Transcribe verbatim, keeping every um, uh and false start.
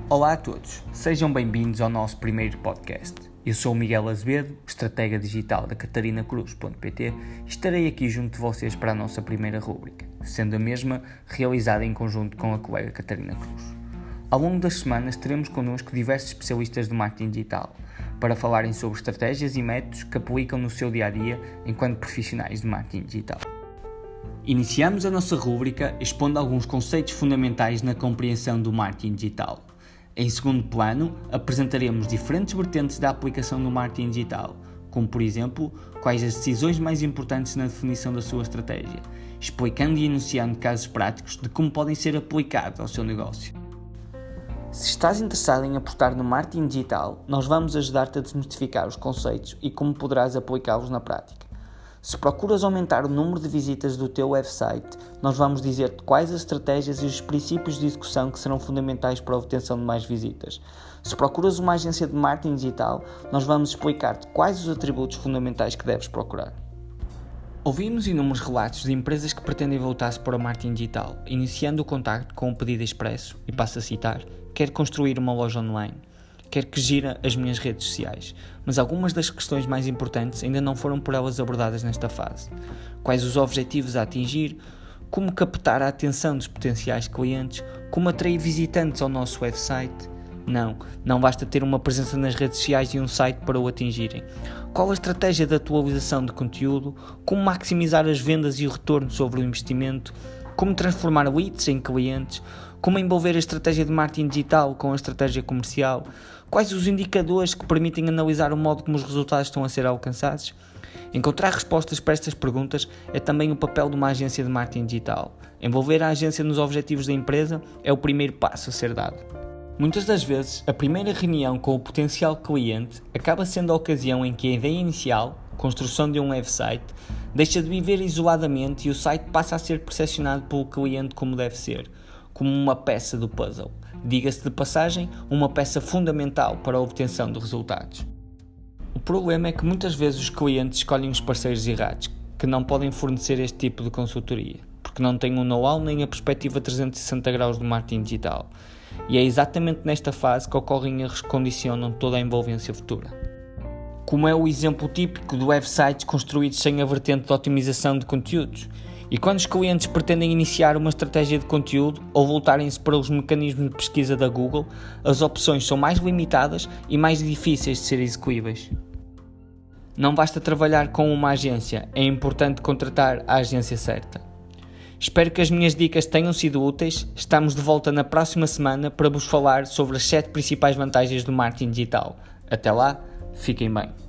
Olá a todos, sejam bem-vindos ao nosso primeiro podcast. Eu sou o Miguel Azevedo, estratega digital da catarina cruz ponto pt e estarei aqui junto de vocês para a nossa primeira rúbrica, sendo a mesma realizada em conjunto com a colega Catarina Cruz. Ao longo das semanas teremos connosco diversos especialistas de marketing digital para falarem sobre estratégias e métodos que aplicam no seu dia-a-dia enquanto profissionais de marketing digital. Iniciamos a nossa rúbrica expondo alguns conceitos fundamentais na compreensão do marketing digital. Em segundo plano, apresentaremos diferentes vertentes da aplicação do marketing digital, como por exemplo, quais as decisões mais importantes na definição da sua estratégia, explicando e enunciando casos práticos de como podem ser aplicados ao seu negócio. Se estás interessado em apostar no marketing digital, nós vamos ajudar-te a desmistificar os conceitos e como poderás aplicá-los na prática. Se procuras aumentar o número de visitas do teu website, nós vamos dizer-te quais as estratégias e os princípios de execução que serão fundamentais para a obtenção de mais visitas. Se procuras uma agência de marketing digital, nós vamos explicar-te quais os atributos fundamentais que deves procurar. Ouvimos inúmeros relatos de empresas que pretendem voltar-se para o marketing digital, iniciando o contacto com um pedido expresso, e passo a citar, quer construir uma loja online, quer que gira as minhas redes sociais, mas algumas das questões mais importantes ainda não foram por elas abordadas nesta fase. Quais os objetivos a atingir, como captar a atenção dos potenciais clientes, como atrair visitantes ao nosso website? Não, não basta ter uma presença nas redes sociais e um site para o atingirem. Qual a estratégia de atualização de conteúdo, como maximizar as vendas e o retorno sobre o investimento, como transformar leads em clientes, como envolver a estratégia de marketing digital com a estratégia comercial, quais os indicadores que permitem analisar o modo como os resultados estão a ser alcançados. Encontrar respostas para estas perguntas é também o papel de uma agência de marketing digital. Envolver a agência nos objetivos da empresa é o primeiro passo a ser dado. Muitas das vezes, a primeira reunião com o potencial cliente acaba sendo a ocasião em que a ideia inicial, construção de um website, deixa de viver isoladamente e o site passa a ser percepcionado pelo cliente como deve ser, como uma peça do puzzle. Diga-se de passagem, uma peça fundamental para a obtenção de resultados. O problema é que muitas vezes os clientes escolhem os parceiros errados, que não podem fornecer este tipo de consultoria, porque não têm o know-how nem a perspectiva trezentos e sessenta graus do marketing digital. E é exatamente nesta fase que ocorrem erros que condicionam toda a envolvência futura. Como é o exemplo típico de websites construídos sem a vertente de otimização de conteúdos. E quando os clientes pretendem iniciar uma estratégia de conteúdo ou voltarem-se para os mecanismos de pesquisa da Google, as opções são mais limitadas e mais difíceis de ser execuíveis. Não basta trabalhar com uma agência, é importante contratar a agência certa. Espero que as minhas dicas tenham sido úteis. Estamos de volta na próxima semana para vos falar sobre as sete principais vantagens do marketing digital. Até lá, fiquem bem.